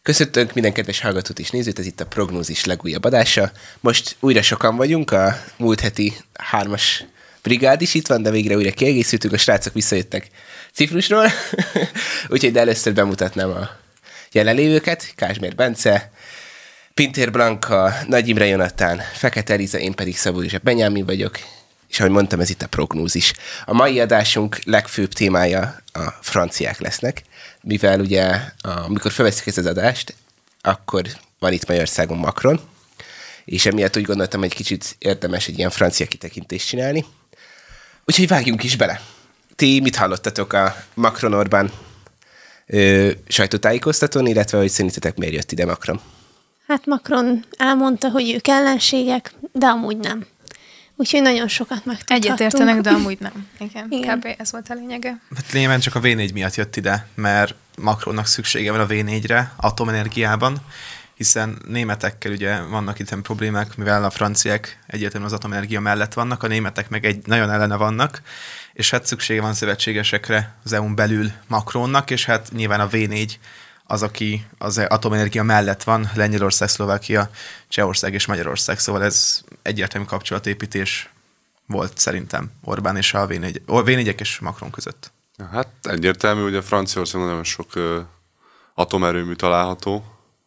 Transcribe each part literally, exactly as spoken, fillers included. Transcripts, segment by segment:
Köszöntünk minden kedves hallgatót és nézőt, ez itt a Prognózis legújabb adása. Most újra sokan vagyunk, a múlt heti hármas brigád is itt van, de végre újra kiegészültünk, a srácok visszajöttek Ciprusról, úgyhogy de először bemutatnám a jelenlévőket, Kázsmér Bence, Pintér Blanka, Nagy Imre Jonatán, Fekete Eliza, én pedig Szabó József Benyámin vagyok, és ahogy mondtam, ez itt a Prognózis. A mai adásunk legfőbb témája a franciák lesznek, mivel ugye, amikor felveszik ezt az adást, akkor van itt Magyarországon Macron, és emiatt úgy gondoltam, hogy kicsit érdemes egy ilyen francia kitekintést csinálni. Úgyhogy vágjunk is bele. Ti mit hallottatok a Macron-Orbán ö, sajtótájékoztatón, illetve hogy szerintetek miért jött ide Macron? Hát Macron elmondta, hogy ők ellenségek, de amúgy nem. Úgyhogy nagyon sokat megtudhattunk. Egyetértenek, de amúgy nem. Igen, Igen. kb. Ez volt a lényege. Hát lényegében csak a vé négy miatt jött ide, mert Macronnak szüksége van a vé négyre atomenergiában, hiszen németekkel ugye vannak itt problémák, mivel a franciák egyértelműen az atomenergia mellett vannak, a németek meg egy nagyon ellene vannak, és hát szüksége van szövetségesekre az é u-n belül Macronnak, és hát nyilván a vé négy az, aki az atomenergia mellett van, Lengyelország, Szlovákia, Csehország és Magyarország, szóval ez egyértelmű kapcsolatépítés volt szerintem Orbán és a vé négy, vé négyek és Macron között. Hát egyértelmű, hogy a Franciaországban nagyon sok uh, atomerőmű található.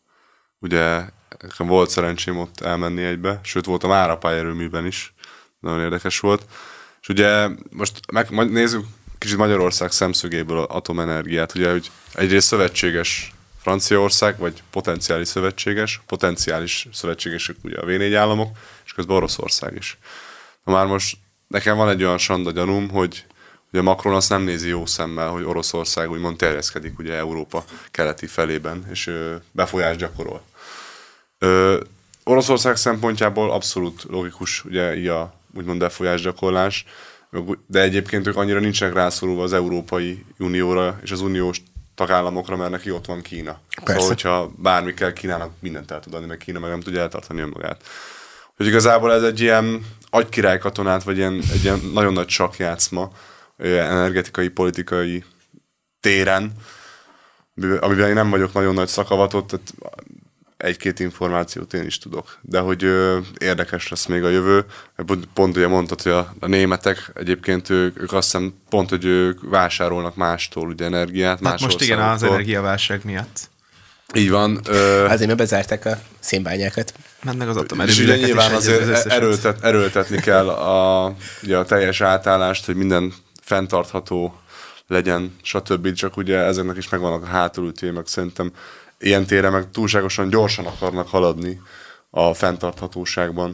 Ugye volt szerencsém ott elmenni egybe, sőt voltam árapályerőműben is, nagyon érdekes volt. És ugye most meg, nézzük kicsit Magyarország szemszögéből az atomenergiát, ugye, hogy egyrészt szövetséges Franciaország, vagy potenciális szövetséges, potenciális szövetségesek ugye a vé négy államok, és közben Oroszország is. Na már most nekem van egy olyan sanda gyanúm, hogy ugye Macron azt nem nézi jó szemmel, hogy Oroszország úgymond terjeszkedik ugye Európa keleti felében, és ö, befolyást gyakorol. Ö, Oroszország szempontjából abszolút logikus ugye így a úgymond befolyásgyakorlás, de egyébként ők annyira nincsenek rászorulva az Európai Unióra és az uniós tagállamokra, mert neki ott van Kína. Persze. Szóval, hogyha bármi kell, Kínának mindent el tud adni, meg Kína meg nem tudja eltartani önmagát. Hogy igazából ez egy ilyen agykirály katonát, vagy ilyen, egy ilyen nagyon nagy sakkjátszma energetikai, politikai téren, amiben én nem vagyok nagyon nagy szakavatott, tehát egy-két információt én is tudok. De hogy ö, érdekes lesz még a jövő. Pont, pont ugye mondtad, hogy a, a németek egyébként ők, ők azt hiszem pont, hogy ők vásárolnak mástól ugye energiát. Hát most igen, az energiaválság miatt. Így van. Ö, Azért mert bezárták a szénbányákat. Mennek az atomerőműveket. És ugye nyilván azért erőltet, erőltetni kell a, ugye a teljes átállást, hogy minden fenntartható legyen, stb. Csak ugye ezeknek is megvannak a hátulütői, meg szerintem ilyen téren meg túlságosan gyorsan akarnak haladni a fenntarthatóságban,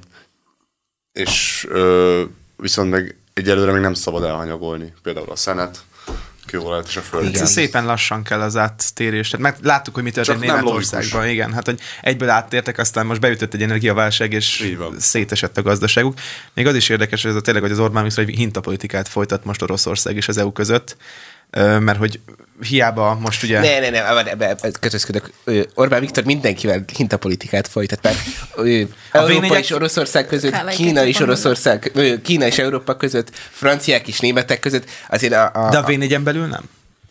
és ö, viszont meg egyelőre még nem szabad elhanyagolni, például a szenet, kőolajat és a földet. Szépen lassan kell az áttérés. Tehát meg láttuk, hogy mi történt Németországban. Igen, hát hogy egyből áttértek, aztán most beütött egy energiaválság, és szétesett a gazdaságuk. Még az is érdekes, hogy ez a tényleg, hogy az Orbán viszont egy hintapolitikát folytat most Oroszország és az é u között, mert hogy hiába most ugye... Ne, ne, ne, ebbe kötözködök. Orbán Viktor mindenkivel hintapolitikát folytat, mert Európa és Oroszország között, Kína és Oroszország, Kína és Európa között, franciák és németek között, azért a... a De a vé négyen belül nem?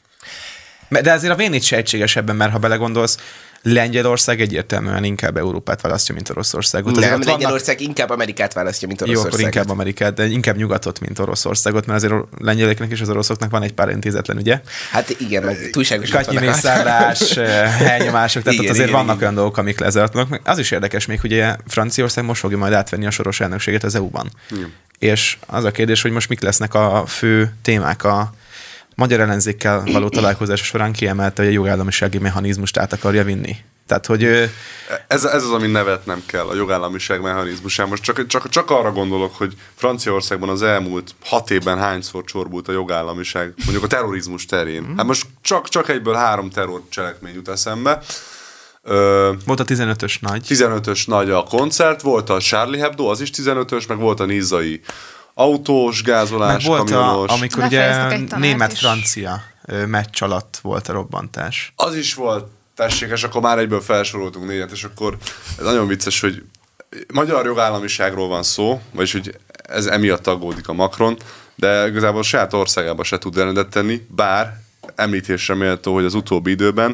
De azért a vé négy se egységesebben, mert ha belegondolsz, Lengyelország egyértelműen inkább Európát választja, mint Oroszországot. Nem, vannak... Lengyelország inkább Amerikát választja, mint Oroszországot. Jó, akkor inkább Amerikát, de inkább nyugatot, mint Oroszországot, mert azért a lengyeleknek és az oroszoknak van egy pár intézetlen, ugye? Hát igen, meg túlságosan Katynimészárlás, elnyomások, tehát igen, ott azért igen, vannak igen. olyan dolgok, amik lezártnak. Az is érdekes még, hogy ugye Franciaország most fogja majd átvenni a soros elnökséget az é u-ban. Hmm. És az a kérdés, hogy most mik lesznek a fő témák a magyar ellenzékkel való találkozás során kiemelte, hogy a jogállamisági mechanizmust át akarja vinni. Tehát, hogy... Ez, ez az, ami nevet nem kell, a jogállamiság mechanizmusán. Most csak, csak, csak arra gondolok, hogy Franciaországban az elmúlt hat évben hányszor csorbult a jogállamiság, mondjuk a terrorizmus terén. Mm. Hát most csak, csak egyből három terrorcselekmény jut eszembe. Ö, volt a tizenötös nagy. tizenötös nagy a koncert, volt a Charlie Hebdo, az is tizenötös, meg volt a nizzai autós, gázolás, meg volt kamionos. A, amikor ugye német-francia meccs alatt volt a robbantás. Az is volt, tessék, és akkor már egyből felsoroltunk négyet, és akkor ez nagyon vicces, hogy magyar jogállamiságról van szó, vagyis hogy ez emiatt aggódik a Macron, de igazából a saját országában se tud rendet tenni, bár említésre méltó, hogy az utóbbi időben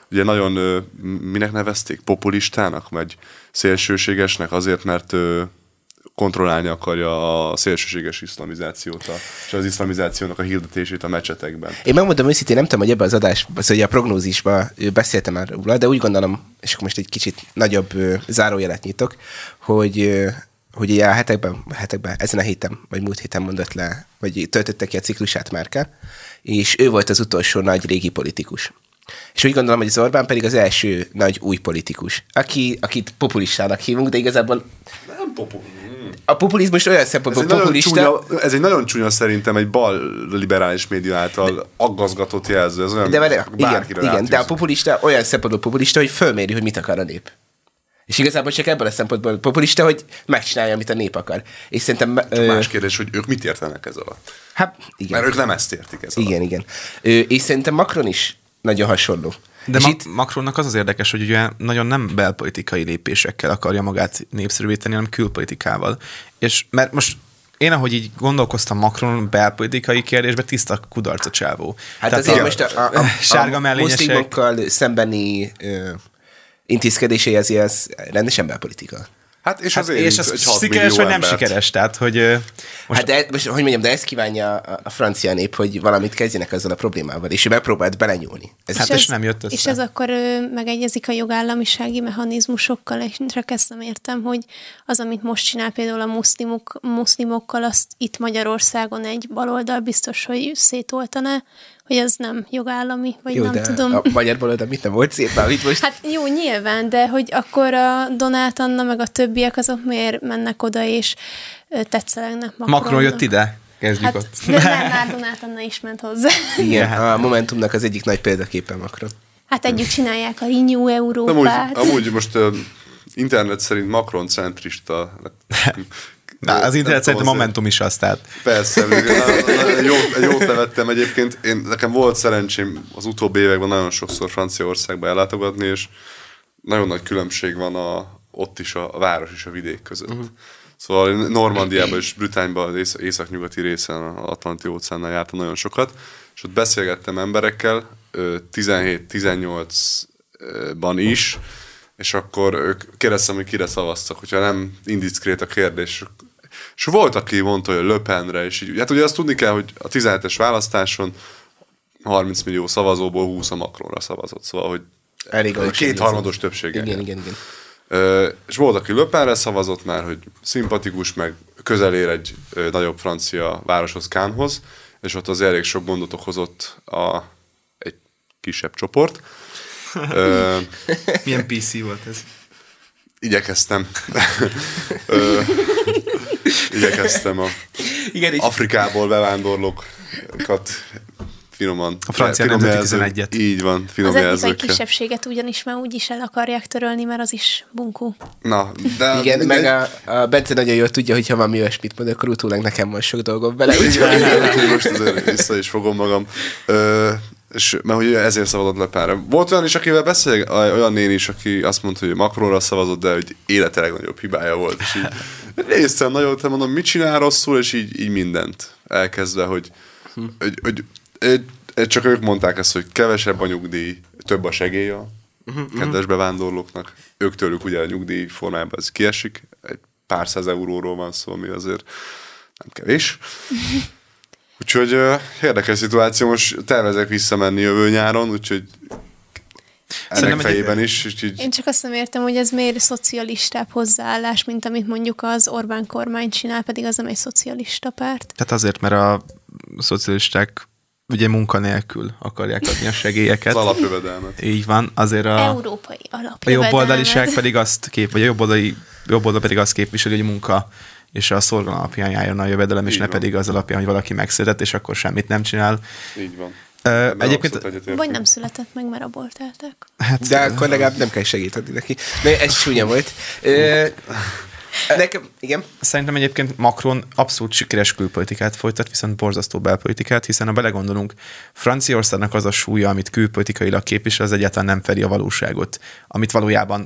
ugye nagyon, ö, minek nevezték? Populistának, vagy szélsőségesnek azért, mert ö, kontrollálni akarja a szélsőséges iszlamizációt, a, és az iszlamizációnak a hirdetését a mecsetekben. Én megmondom őszintén, nem tudom, hogy ebben az adásban, szóval a prognózisban beszéltem már róla, de úgy gondolom, és akkor most egy kicsit nagyobb ö, zárójelet nyitok, hogy, ö, hogy ugye a hetekben, a hetekben, ezen a héten, vagy múlt héten mondott le, vagy töltötte ki a ciklusát Merkel, és ő volt az utolsó nagy régi politikus. És úgy gondolom, hogy az Orbán pedig az első nagy új politikus, aki, akit populistának hívunk, de igazából Nem popul. a populizmus olyan szempontból Ez egy, populista. csúnya, ez egy nagyon csúnya szerintem egy bal liberális média által aggazgatott jelző. Ez olyan, De, várj, igen, bárkire igen, de a rátűzik. populista olyan szempontból populista, hogy fölméri, hogy mit akar a nép. És igazából csak ebből a szempontból populista, hogy megcsinálja, amit a nép akar. És szerintem... Csak ö, más kérdés, hogy ők mit értenek ez alatt. hát, igen. Mert ők nem ezt értik ez alatt. Igen, igen. Ö, és szerintem Macron is nagyon hasonló. De és Ma- itt, Macronnak az az érdekes, hogy ugye nagyon nem belpolitikai lépésekkel akarja magát népszerűvé tenni, hanem külpolitikával. És mert most én, ahogy így gondolkoztam Macron belpolitikai kérdésben, tiszta kudarc a csávó. hát Tehát azért a- most a, a, a, sárga a mellényesek. muszlimokkal szembeni ö, intézkedései azért az rendesen belpolitika. Hát és Hát, azért és az egy hat sikeres millió vagy nem embert. sikeres? Tehát, hogy ö, most Hát de, most, hogy mondjam, de ezt kívánja a, a francia nép, hogy valamit kezdjenek ezzel a problémával, és ő megpróbált belenyúlni. Ez Hát és nem jött össze. És ez akkor ö, megegyezik a jogállamisági mechanizmusokkal, és csak ezt nem értem, hogy az, amit most csinál például a muszlimok, muszlimokkal, azt itt Magyarországon egy baloldal biztos, hogy szétoltaná, hogy az nem jogállami, vagy jó, nem de tudom. a magyar baloldal mit nem volt szép, már itt most... Hát jó, nyilván, de hogy akkor a Donát Anna meg a többiek azok miért mennek oda, és ö, tetszelegnek Macronnak? Macron jött ide? Kezdjük Hát, ott. de nem, már Donát Anna is ment hozzá. Igen, a Momentumnak az egyik nagy példaképpen Macron. Hát együtt csinálják a Renew Amúgy, Európát. amúgy most uh, internet szerint Macron centrista. Na, az internet szerint a tudom, Momentum is azt, tehát. Persze, egy jót, egy jót nevettem egyébként. Én, nekem volt szerencsém az utóbbi években nagyon sokszor Franciaországba ellátogatni, és nagyon nagy különbség van a, ott is a, a város és a vidék között. Uh-huh. Szóval Normandiában és Brütányban, az ész, északnyugati részen, az Atlanti-óceánnál jártam nagyon sokat, és ott beszélgettem emberekkel, tizenhét-tizennyolcban is, és akkor ők kérdeztem, hogy kire szavaztak, hogyha nem indiszkrét a kérdés. És volt, aki mondta, hogy a Le Penre, és így, hát ugye azt tudni kell, hogy a tizenhetes választáson harminc millió szavazóból húsz a Macronra szavazott, szóval, hogy Elég egy alacsony kétharmados ez. többséggel. Igen, igen, igen. Ö, és volt, aki Le Penre szavazott már, hogy szimpatikus, meg közel ér egy ö, nagyobb francia városhoz, Canneshoz, és ott az elég sok gondot okozott a, egy kisebb csoport. Ö, Milyen pé cé volt ez? igyekeztem. Ö, igyekeztem a Igen, és Afrikából bevándorlókat finoman. A francia finom nemzeti jelző- tizenegyet. Így van, finom Az etnikai jelzőkkel. kisebbséget ugyanis már úgyis el akarják törölni, mert az is bunkó. Na, de igen, mindegy. meg a, a Bence nagyon jól tudja, hogy ha valami olyasmit mond, akkor utólag nekem van sok dolgom vele. Úgyhogy Úgyhogy úgyhogy most azért vissza is fogom magam. Ö, és mert hogy ezért szavazott Le Penre. Volt olyan is, akivel beszél, olyan néni is, aki azt mondta, hogy Macronra szavazott, de hogy élete legnagyobb hibája volt. És így néztem nagyon, te mondom, mit csinál rosszul, és így, így mindent elkezdve, hogy, hm. hogy, hogy, hogy csak ők mondták ezt, hogy kevesebb a nyugdíj, több a segély a kedves bevándorlóknak. Ők tőlük ugye a nyugdíj formájában ez kiesik, egy pár száz euróról van szó, ami azért nem kevés. Úgyhogy uh, érdekes szituáció, most tervezek visszamenni jövő nyáron, úgyhogy ennek Szerintem fejében egy- is. És így, Én csak azt nem értem, hogy ez miért szocialistább hozzáállás, mint amit mondjuk az Orbán kormány csinál, pedig az nem egy szocialista párt. Tehát azért, mert a szocialisták ugye munkanélkül akarják adni a segélyeket. az alapjövedelmet. Így van, azért a, Európai a alapjövedelmet. jobboldaliság pedig azt kép, vagy a jobboldali, jobboldal pedig azt képviseli, hogy munka és a szorgalom alapján járjon a jövedelem, és Így ne van. pedig az alapján, hogy valaki megszületett, és akkor semmit nem csinál. Így van. Ö, Ebben egyébként, abszolút egyetértünk. Vagy nem született meg, mert abortálták. hát, de akkor legalább nem kell segíteni neki. De ez csúnya volt. Ö, nekem, igen. Szerintem egyébként Macron abszolút sikeres külpolitikát folytat, viszont borzasztó belpolitikát, hiszen ha belegondolunk, Franciaországnak az a súlya, amit külpolitikailag képvisel, az egyáltalán nem fedi a valóságot, amit valójában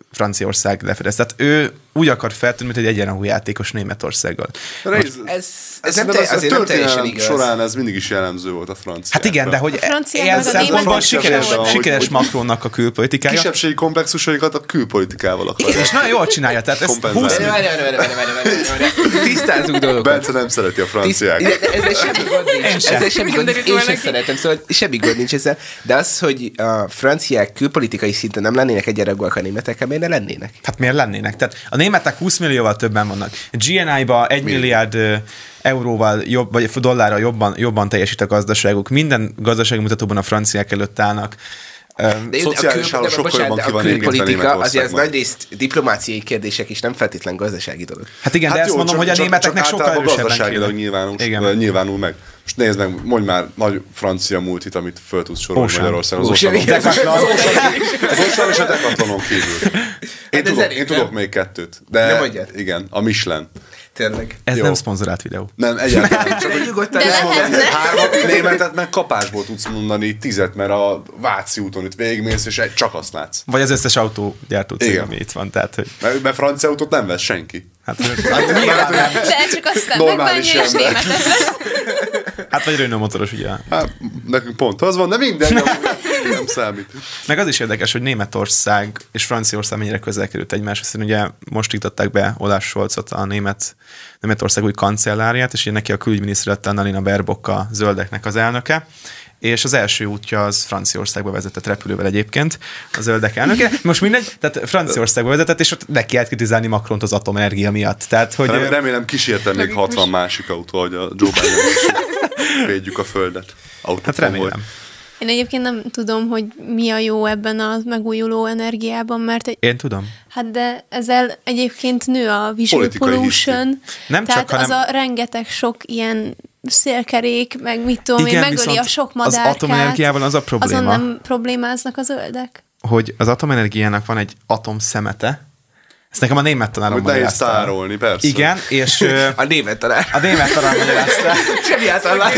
Franciaország lefedez. Tehát ő úgy akar feltűnni, mint egy egyenrangú játékos Németországgal. Ez, ez, ez nem, te, azért nem teljesen igaz. Során ez mindig is jellemző volt a franciákra. Hát igen, de hogy ilyen szempontból sikeres, sikeres Macronnak a külpolitikája. Kisebbségi komplexusaikat a külpolitikával akarja. És nagyon jól csinálja. Tehát ez húsz Tisztázunk dolgokat. Bence nem szereti a franciák. Ezzel semmi gond nincs. Ezzel semmi gond nincs. Én sem szeretem, szóval semmi gond nincs ezzel. De az, hogy a franciák külpolitikai szinten nem lennének egyenrangúak a németekkel, miért ne lennének? Hát miért lennének? Tehát a németek húsz millióval többen vannak. gé en i-ba egy milliárd euróval jobb, vagy dollárral jobban, jobban teljesít a gazdaságuk. Minden gazdasági mutatóban a franciák előtt állnak. De szociális háló sokkal jobban ki van külpolitika azért az nagyrészt diplomáciai kérdések is, nem feltétlen gazdasági dolog. Hát igen, hát de jó, ezt mondom, csak, hogy a németeknek csak sokkal erősebben nyilvánul, nyilvánul meg. Most nézd meg, mondj már nagy francia multit, amit föl tudsz sorolni Magyarországon. Az Ocean és a Decathlanon kívül. Én, tudok, én tudok még kettőt. De igen, a Michelin. Tényleg. Ez jó. Nem szponzorált videó. Nem, egyáltalán. Csak hogy nyugodtan hármat németet meg kapásból tudsz mondani tízet, mert a Váci úton itt végigmész, és csak azt látsz. Vagy az összes autógyártó cég, ami itt van. Tehát, hogy... mert, mert francia autót nem vesz senki. Hát, hát nyilván nem. De csak aztán megbánja, és németet vesz. Hát vagy Renault motoros, ugye? Hát nekünk pont az van, de minden nem, nem számít. Meg az is érdekes, hogy Németország és Franciaország mennyire közel került egymáshoz, hiszen ugye most iktatták be Olaf Scholzot, a német, Németország új kancellárját, és ugye neki a külügyminiszter lett Annalena Baerbock a zöldeknek az elnöke, és az első útja az Franciaországba vezetett repülővel egyébként, a zöldek elnöke. Most mindegy, tehát Franciaországba vezetett, és ott neki lehet kritizálni Macront az atomenergia miatt. Tehát, hogy remélem, remélem kísértem még hatvan másik autó, hogy a Joe Biden védjük a földet. Hát remélem. Én egyébként nem tudom, hogy mi a jó ebben a megújuló energiában, mert... Egy... Én tudom. Hát de ezzel egyébként nő a visual pollution, nem tehát csak, hanem... az a rengeteg sok ilyen szélkerék, meg mit tudom én, megöli a sok madárkát. Az atomenergiával az a probléma. Azon nem problémáznak a zöldek. Hogy az atomenergiának van egy atomszemete, ezt nekem a német tanárom magyarázta. Hogy nehéz tárolni, persze. Igen, és... a német tanár. A német tanár magyarázta. Semmi átállás.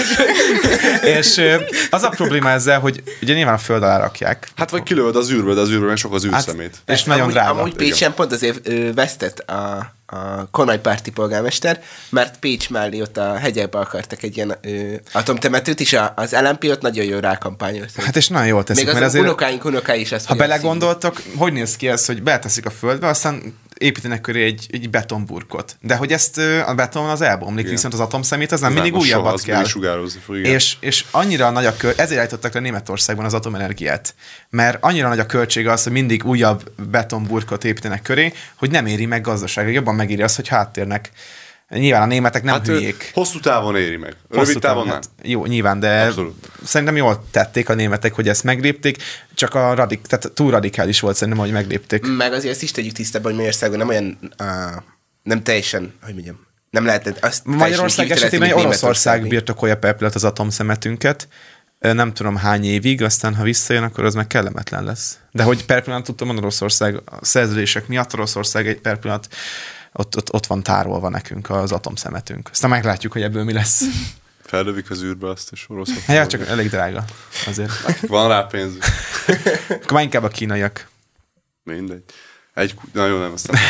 És az a probléma ezzel, hogy ugye nyilván a föld alá rakják. Hát vagy kilövöd az űrből, de az űrből sok az űrszemét. Hát, és nagyon amúgy, drága. Amúgy Pécsen pont azért ö, vesztett a, a konajpárti polgármester, mert Pécs mellé ott a hegyekbe akartak egy ilyen ö, atomtemetőt, és a, az el em pé ott nagyon jól rákampányolt. Hát és nagyon jól teszik. Még az mert azért, unokáink unokái is ezt ha belegondoltok, hogy néz ki ez, hogy beteszik a földbe, aztán építenek köré egy, egy betonburkot. De hogy ezt a beton az elbomlik, igen. Viszont az atomszemét az nem mindig újabbat kell. Fog, és, és annyira nagy a kö... ezért állítottak le Németországban az atomenergiát. Mert annyira nagy a költsége az, hogy mindig újabb betonburkot építenek köré, hogy nem éri meg gazdaságra. Jobban megéri az, hogy háttérnek. Nyilván a németek nem hát hülyék. Hosszú távon éri meg. Rövid hosszú távon nem. Hát, jó, nyilván, de abszolút. Szerintem jól tették a németek, hogy ezt meglépték, csak a radik, tehát túl radikális volt szerintem, hogy meglépték. Meg azért ezt is tegyük tisztában, hogy Magyarországon nem olyan, uh, nem teljesen, hogy mondjam, nem lehetett azt Magyarország esetében egy Oroszország birtokolja per pillanat az atomszemetünket, nem tudom hány évig, aztán ha visszajön, akkor az meg kellemetlen lesz. De hogy per pillanat tudtam, hogy Oroszország a szerződések miatt Oroszország egy per pillanat Ott, ott, ott van tárolva nekünk az atomszemetünk. Aztán meglátjuk, hogy ebből mi lesz. Fellövik az űrbe azt, és oroszok. Hát ja, csak elég drága azért. Van rá pénz. Akkor már inkább a kínaiak. Mindegy. Egy, na jó, nem, aztán.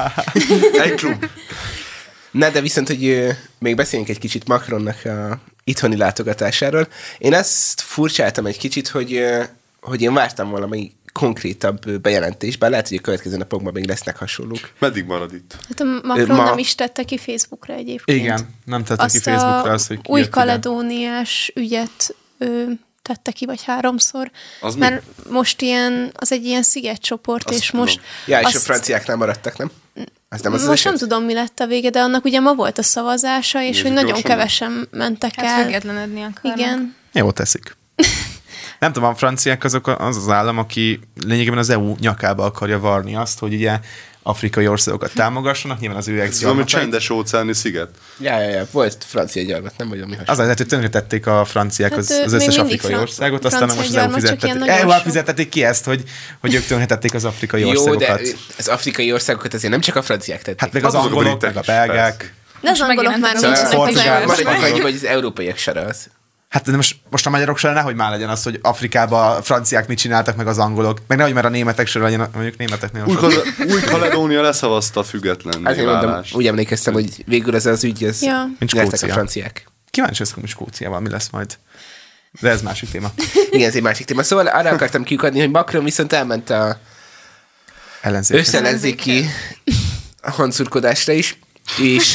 Egy klub. Na, de viszont, hogy ö, még beszéljünk egy kicsit Macronnak a itthoni látogatásáról. Én ezt furcsáltam egy kicsit, hogy, ö, hogy én vártam valami konkrétabb bejelentésben. Lehet, hogy a következő napokban még lesznek hasonlók. Meddig marad itt? Hát a Macron Ma... nem is tette ki Facebookra egyébként. Igen, nem tette ki Facebookra azt, hogy új kaledóniás ügyet ö, tette ki, vagy háromszor. Az mert mi? Most ilyen, az egy ilyen szigetcsoport, azt és tudom. Most... Ja, és azt... a franciáknál maradtak, nem? Az nem az most az nem tudom, mi lett a vége, de annak ugye ma volt a szavazása, és Nézzük hogy nagyon kevesen mentek hát el. Hát függetlenedni akarnak. Igen. Jó teszik. Nem tudom, a franciák azok az az állam, aki lényegében az é u nyakába akarja varni azt, hogy ugye afrikai országokat támogassanak, nyilván az ő ex valami csendes óceáni sziget. Ja, ja, ja, volt francia gyarmat, nem vagy ami hasonló. Az azért, hogy tönkretették a franciák az, hát, az összes afrikai fran- országot, aztán most az é u fizettették. é u fizettették ki ezt, hogy, hogy ők tönkretették az afrikai Jó, országokat. Jó, de az afrikai országokat azért nem csak a franciák tették. Hát meg az, az angolok, meg a belgák. De az angolok már nincsenek az Maradjunk annyi, hogy az európaiak sara az. Hát de most, most a magyarok során nehogy már legyen az, hogy Afrikában a franciák mit csináltak, meg az angolok. Meg nehogy már a németek során legyen, mondjuk németeknél. Új-Kaledónia leszavazta a független válást. Úgy emlékeztem, hogy végül ez az ügy, ez ja. nyertek a franciák. Kíváncsi leszek, hogy Skóciával mi lesz majd. De ez másik téma. Igen, ez egy másik téma. Szóval arra akartam kiukadni, hogy Macron viszont elment a összellenzéki hancurkodásra is, és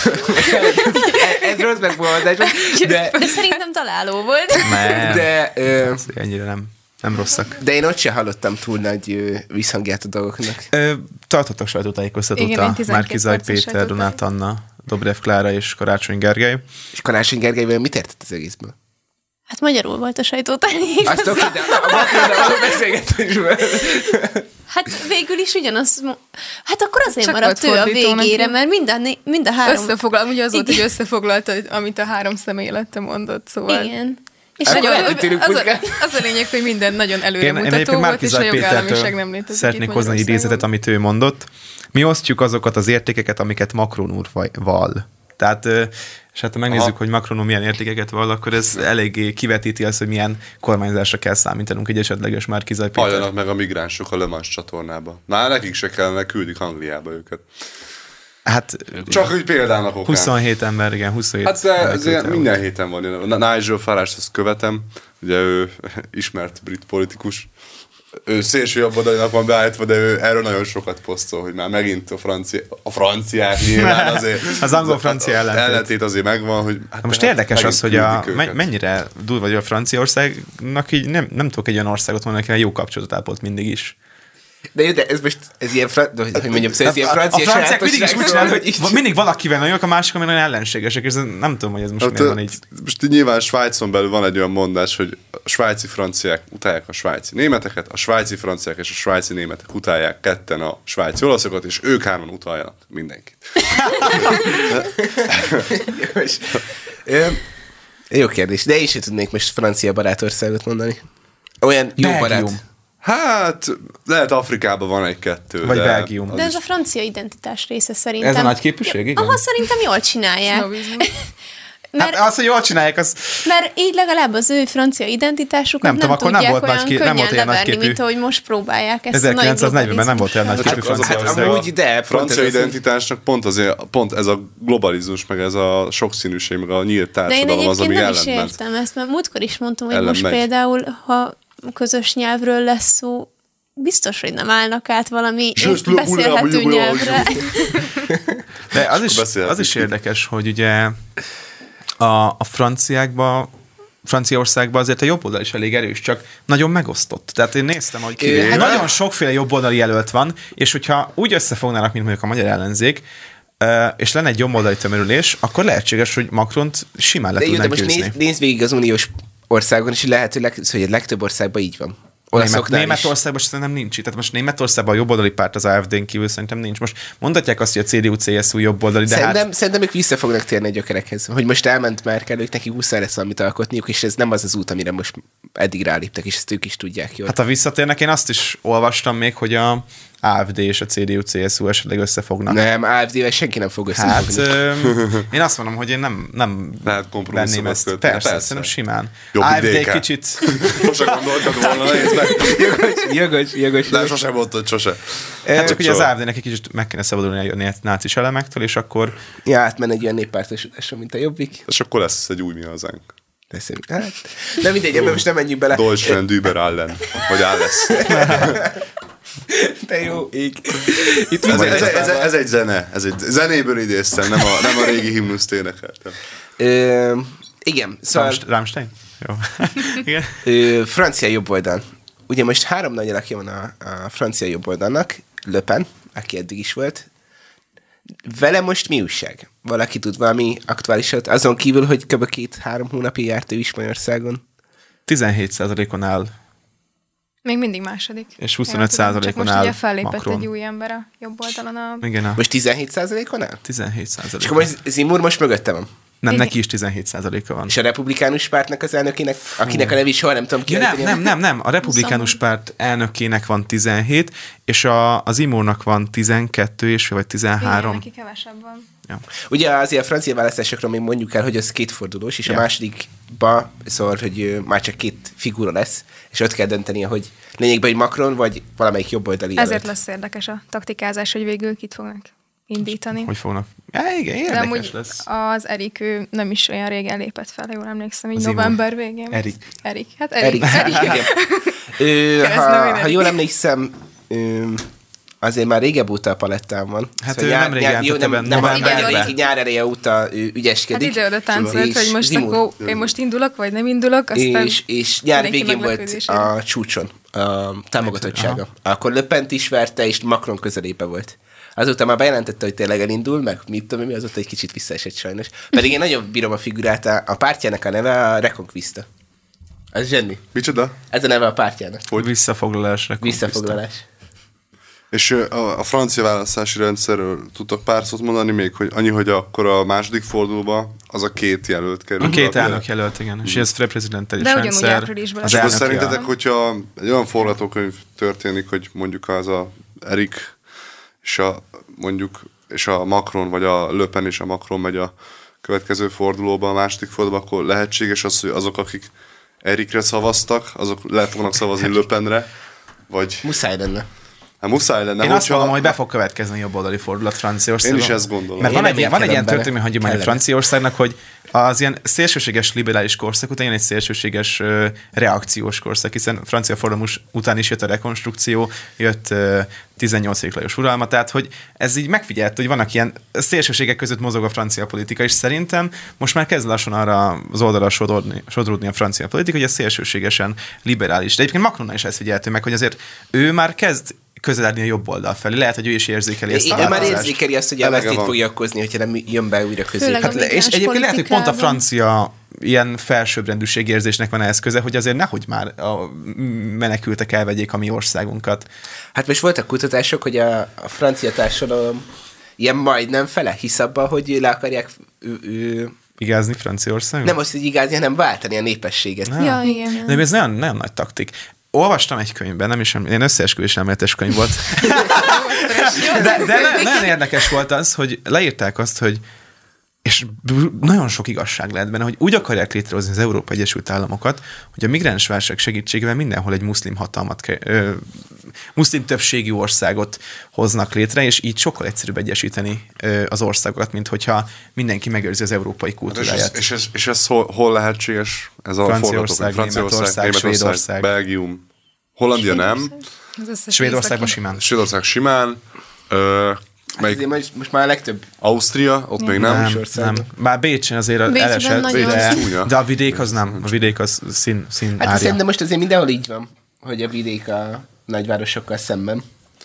ez rossz megfogalmazás, de... De szerintem találó volt. Nem, de, ö, ennyire nem, nem rosszak. De én ott sem hallottam túl nagy ö, visszhangját a dolgoknak. Ö, tartottak sajtótájékoztatót a Márki-Zay Péter, Donát Anna, Dobrev Klára és Karácsony Gergely. És Karácsony Gergelyvel mit értett az egészből? Hát magyarul volt a sajtótájékoztató. Azt oké, de a Macronnal beszélgetésből. Hát végül is ugyanaz, hát akkor azért csak maradt ő a végére, mert mind a, mind a három... Összefoglal, ugye az volt, hogy összefoglalta, amit a három személy élete mondott, szóval... Igen. És nagyon, az, a, az a lényeg, hogy minden nagyon előremutató volt, és a jogállamiság nem létezik. Szeretnék hozni egy idézetet, amit ő mondott. Mi osztjuk azokat az értékeket, amiket Macron úr val. Tehát, és hát ha megnézzük, aha, hogy Macron úr milyen értékeket vall, akkor ez eléggé kivetíti azt, hogy milyen kormányzásra kell számítanunk egy esetleges Márki-Zay Péter. Halljanak meg a migránsok a Le Mans csatornába. Már nekik se kellene, küldik Angliába őket. Hát, csak úgy példának okán. huszonhét ember, igen, huszonhét. Hát de minden héten van. Nigel Farage-t azt követem, ugye ő ismert brit politikus. Ő szélső jobboldalinak van beállítva, de ő erről nagyon sokat posztol, hogy már megint a, francia, a franciák nyilván azért. Az angol-francia ellentét. ellentét azért megvan, hogy... Hát most érdekes az, hogy a, mennyire durva, hogy a Franciaországnak így nem, nem tudok egy olyan országot mondani, akivel jó kapcsolatot ápolt mindig is. De jó, de ez most, ez ilyen, fra... hogy, hogy mondjam, ez ilyen francia a franciák mindig is úgy csinál, hogy így... mindig valakivel nagyok, a másik, ami nagyon ellenségesek, és nem tudom, hogy ez most hát, miért van így. Most nyilván Svájcon belül van egy olyan mondás, hogy a svájci franciák utálják a svájci németeket, a svájci franciák és a svájci németek utálják ketten a svájci olaszokat, és ők hárman utaljanak mindenkit. Jó kérdés, de én sem tudnék most francia barátországot mondani. Olyan jó barát. Hát, lehet Afrikában van egy-kettő. Vagy Belgium. De ez is... a francia identitás része szerintem. Ez a nagy képűség, igen? Aha, szerintem jól csinálják. Mert, hát az, hogy jól csinálják, az... Mert így legalább az ő francia identitásukat nem, nem tudom, tudják nem volt olyan nagy, könnyen nem volt leverni, mint ahogy most próbálják ezt ezerkilencszáznegyvenben nem volt olyan nagyképű Franciaország. Amúgy, de francia identitásnak pont, azért, pont ez a globalizmus, meg ez a sokszínűség, meg a nyílt társadalom az, ami ellent. De én egyébként nem is értem ezt, mert múltkor is mondtam, hogy most például, ha közös nyelvről lesz szó, biztos, hogy nem állnak át valami beszélhető nyelvre. De az is, az is érdekes, hogy ugye a, a franciákban, Franciaországban azért a jobboldal is elég erős, csak nagyon megosztott. Tehát én néztem, hogy kivél, hát nagyon sokféle jobboldali jelölt van, és hogyha úgy összefognának, mint mondjuk a magyar ellenzék, és lenne egy jobboldali tömörülés, akkor lehetséges, hogy Macront simán le tudnánk győzni. De most nézd, nézd végig az uniós országon, és lehetőleg, hogy a legtöbb országban így van. Német, Németországban szerintem nincs. Tehát most Németországban a jobboldali párt az á ef dén kívül szerintem nincs. Most mondhatják azt, hogy a cé dé u cé es u jobboldali, de szerintem, hát... Szerintem ők vissza fognak térni a gyökerekhez. Hogy most elment Merkel, ők neki húsz lesz valamit alkotniuk, és ez nem az az út, amire most eddig ráléptek, és ezt ők is tudják jól. Hát ha visszatérnek, én azt is olvastam még, hogy a á ef dé és a cé dé u cé es u esetleg összefognak. Nem, á ef dé-vel senki nem fog összefogni. Hát ö, én azt mondom, hogy én nem, nem venném ezt. Persze, persze, szerintem simán. á ef dé kicsit... Sose gondoltad volna, nézd meg. Jogos, jogos. De sosem mondtad, sose. Hát csak ugye az á ef dének egy kicsit meg kéne szabadulni a nácis elemektől, és akkor... Ja, átmen egy olyan néppártosodásra, mint a Jobbik. És akkor lesz egy új mi hazánk. Hát, de mindegy, ebben most nem menjünk bele. Deutschland überallen. Vagy áll lesz. De jó, ég. Itt ez, ez, ez, ez egy zene. Ez egy zenéből idéztem, nem a, nem a régi himnuszt énekeltem. Ö, igen, szóval... Rammstein? Jó. Igen. Ö, francia jobboldal. Ugye most három nagy alakja van a, a francia jobboldalnak. Le Pen, aki eddig is volt. Vele most mi újság? Valaki tud valami aktuálisat? Azon kívül, hogy kb. két-három hónapig járt ő is Magyarországon. tizenhét százalékon áll. Még mindig második. És huszonöt százalékon áll. Most ugye fellépett egy új ember a jobb oldalon. A... Igen, a... Most tizenhét százalékon áll? tizenhét százalékon. És akkor most Zimur most mögötte van? Nem, neki is tizenhét százaléka van. És a republikánus pártnak az elnökének, akinek a nev is soha nem tudom ki. Nem, nem, nem, nem, a republikánus párt elnökének van tizenhét, és a, az imónak van tizenkettő és vagy tizenhárom. Igen, neki kevesebb van. Ja. Ugye azért a francia választásokról még mondjuk el, hogy az kétfordulós, és ja. a másodikba szól, hogy már csak két figura lesz, és ott kell döntenie, hogy lényegben, hogy Macron, vagy valamelyik jobboldali jelölt. Ezért lesz érdekes a taktikázás, hogy végül kit fognak indítani. Hogy fognak? Ja, igen, érdekes lesz. Az Erik, ő nem is olyan régen lépett fel, jól emlékszem, így az november végén. Erik. Erik, hát Erik. Erik. Erik. ő, ha, ha jól emlékszem, ő, azért már régebb óta a palettán van. Hát szóval ő nyár, nem régen nyár, nem, nem, nem nyár, nyár eleje óta ő ügyeskedik. Hát ide-oda táncolt, hogy most akkor én most indulok, vagy nem indulok, aztán és, és nyár végén volt a csúcson a támogatottsága. Akkor Le Pen is verte, és Macron közelébe volt. Azóta már bejelentette, hogy tényleg elindul, meg mit tudom mi, azóta egy kicsit visszaesett sajnos. Pedig én nagyon bírom a figurát, a pártjának a neve a Reconquista. Ez zseni. Micsoda? Ez a neve a pártjának. Hogy visszafoglalás. Visszafoglalás. És a, a francia választási rendszerről tudtok pár szót mondani még, hogy annyi, hogy akkor a második fordulóba az a két jelölt kerül. A két elnök jelölt, igen. És ez reprezentális rendszer. De ugyanúgy áprilisban. És akkor szerintetek, hogyha egy olyan forgatókönyv történik, hogy mondjuk az a Erik és a mondjuk és a Macron, vagy a Le Pen és a Macron megy a következő fordulóba, a második fordulóba, akkor lehetséges az, hogy azok, akik Erikre szavaztak, azok lehet fognak szavazni Le Penre, vagy... Muszáj lenne. Hát muszáj lenne. Én azt mondom, hogy be fog következni a jobboldali fordulat Franciaországon. Én is ezt gondolom. Mert van egy, van egy ilyen történelmi hagyomány Franciaországnak, hogy az ilyen szélsőséges liberális korszak után jön egy szélsőséges uh, reakciós korszak, hiszen francia forradalom után is jött a rekonstrukció, jött uh, tizennyolcadik Lajos uralma, tehát hogy ez így megfigyelt, hogy vannak ilyen szélsőségek között mozog a francia politika, és szerintem most már kezd lassan arra az oldalra sodródni, sodródni a francia politika, hogy ez szélsőségesen liberális. De egyébként Macronnál is ezt figyeltő meg, hogy azért ő már kezd közeledni a jobb oldal felé. Lehet, hogy ő is érzékeli ezt a változást. Ő már érzékeli azt, hogy elvesztét fogja okozni, hogyha nem jön be újra közé. Hát, és egyébként lehet, hogy pont a francia ilyen felsőbbrendűségérzésnek van eszköze, hogy azért nehogy már a menekültek elvegyék a mi országunkat. Hát most voltak kutatások, hogy a, a francia társadalom ilyen majdnem fele hisz abban, hogy le akarják ő, ő, igázni Franciaországon? Nem azt, hogy igázni, hanem váltani a népességet. Ja, ja igen. De ez nagyon, nagyon nagy taktik. Olvastam egy könyvben, nem is, ilyen összeesküvés elméletes könyv volt. de de ne, nagyon érdekes volt az, hogy leírták azt, hogy és nagyon sok igazság lehet benne, hogy úgy akarják létrehozni az Európai Egyesült Államokat, hogy a migránsválság segítségével mindenhol egy muszlim hatalmat, ö, muszlim többségű országot hoznak létre, és így sokkal egyszerűbb egyesíteni ö, az országokat, mint hogyha mindenki megőrzi az európai kultúráját. És ez, és ez hol, hol lehetséges? Ez a Franciaország, Németország, Németország, Svédország, Belgium, Hollandia nem. Svédországban simán. Svédország simán. Ö, Hát azért most, most már a legtöbb. Ausztria, ott még nem. Nem, nem. Bár Bécsen azért Bécsben elesett, de, de a vidék az nem. A vidék az szín, szín Hát szerintem most azért mindenhol így van, hogy a vidék a nagyvárosokkal szemben.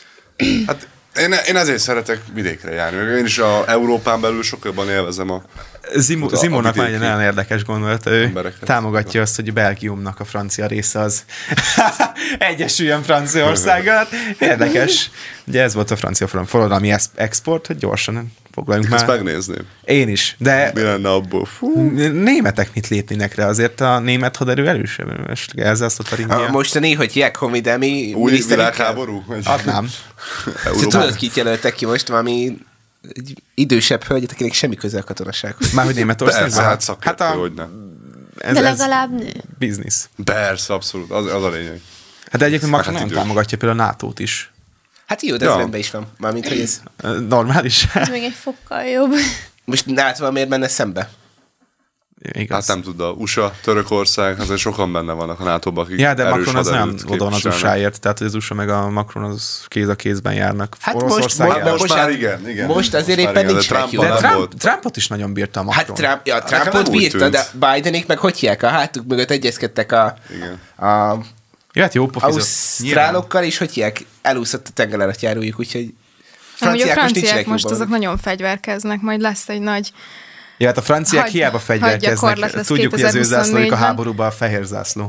Hát én, én ezért szeretek vidékre járni. Én is a Európán belül sokkal jobban élvezem a... Zimo, a, Zimónak van egy nagyon érdekes gondolat. Ő támogatja azt, hogy Belgiumnak a francia része az egyesüljön Franciaországgal. Érdekes. Ugye ez volt a francia forradalmi export, hogy gyorsan foglaljunk már. Ezt megnézném. Én is, de... Mi lenne abból? Fú. Németek mit lépnének rá? Azért a német haderő erősebb. Ez azt a ringia. Most a néhogy Jakomi, de mi... Új világháború? Adnám. Tudod, kit jelöltek ki most, valami egy idősebb hölgyet, akinek semmi köze a katonasághoz. Már hogy Németországban? Hát szakértő, hát a... hogy nem. Ez, de legalább nő. Biznisz. Persze, abszolút. Az, az a lényeg. Hát de egyébként Macron nem támogatja például a nátót is. Hát jó, de ja. Ez rendben is van. Mármint, hogy ez... Normális. Ez még egy fokkal jobb. Most NATO miért menne szembe? Igaz. Hát nem tud, a u es á, Törökország, azért sokan benne vannak a nátóban, akik ja, de Macron az nem oda az u es á-ért, tehát az u es á meg a Macron az kéz a kézben járnak. Hát most, most, most, most már igen, igen. Most azért most éppen nincs neki. De Trump, Trumpot is nagyon bírta a Macron. Hát Trump, ja, Trumpot bírta, de Bidenék meg hogy hívják? A hátuk mögött egyezkedtek a... Igen. a ja, hát jó pofizot. Ausztrálokkal, és hogy hívják? Elúszott a tengeralattjárójuk, úgyhogy franciák, a franciák most, most azok nagyon fegyverkeznek, majd lesz egy nagy Ja, hát a franciák Hagy, hiába fegyverkeznek. Tudjuk, hogy az ő zászlóik a háborúban a fehér zászló.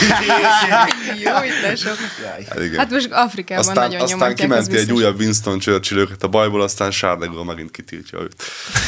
Jó, de sok. Hát most Afrikában aztán, nagyon aztán nyomatják. Aztán kimenti egy újabb Winston Churchill őket a bajból, aztán Charles de Gaulle megint kitiltja őt.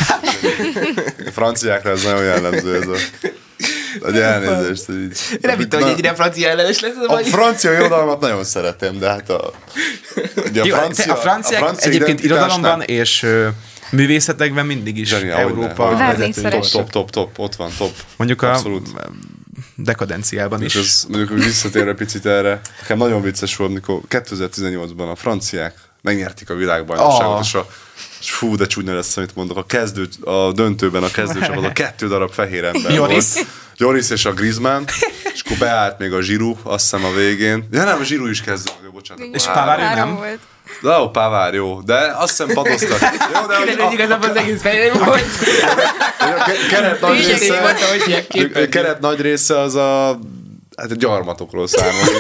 A franciákra ez nagyon jellemző ez a... Egy elnézést. Nem hittem, hogy egyre francia ellenes lesz. A francia irodalmat nagyon szeretem, de hát a... Ugye a, Jó, francia, a franciák a francia egyébként irodalomban nem. És ö, művészetekben mindig is Zseni, Európa vezető. Top, top, top, top, ott van, top. Mondjuk Abszolút. A dekadenciában is. Ez, mondjuk, hogy visszatérve picit erre, nekem nagyon vicces volt, amikor kétezer-tizennyolcban a franciák megnyerték a világbajnokságot, oh. és a és fú, de csúnya lesz, amit mondok, a, kezdő, a döntőben a kezdőcsapat a kettő darab fehér ember Joris. volt. Joris és a Griezmann, és akkor beállt még a Giroud, azt hiszem a végén. Ja nem, a Giroud is kezdő, bocsánat. És Pavard nem? Volt. De ó, Pavard jó, de azt hiszem padoztak. Jó, de hogy igazából az egész fehér volt. Keret nagy része, keret nagy része az a, hát a gyarmatokról származik.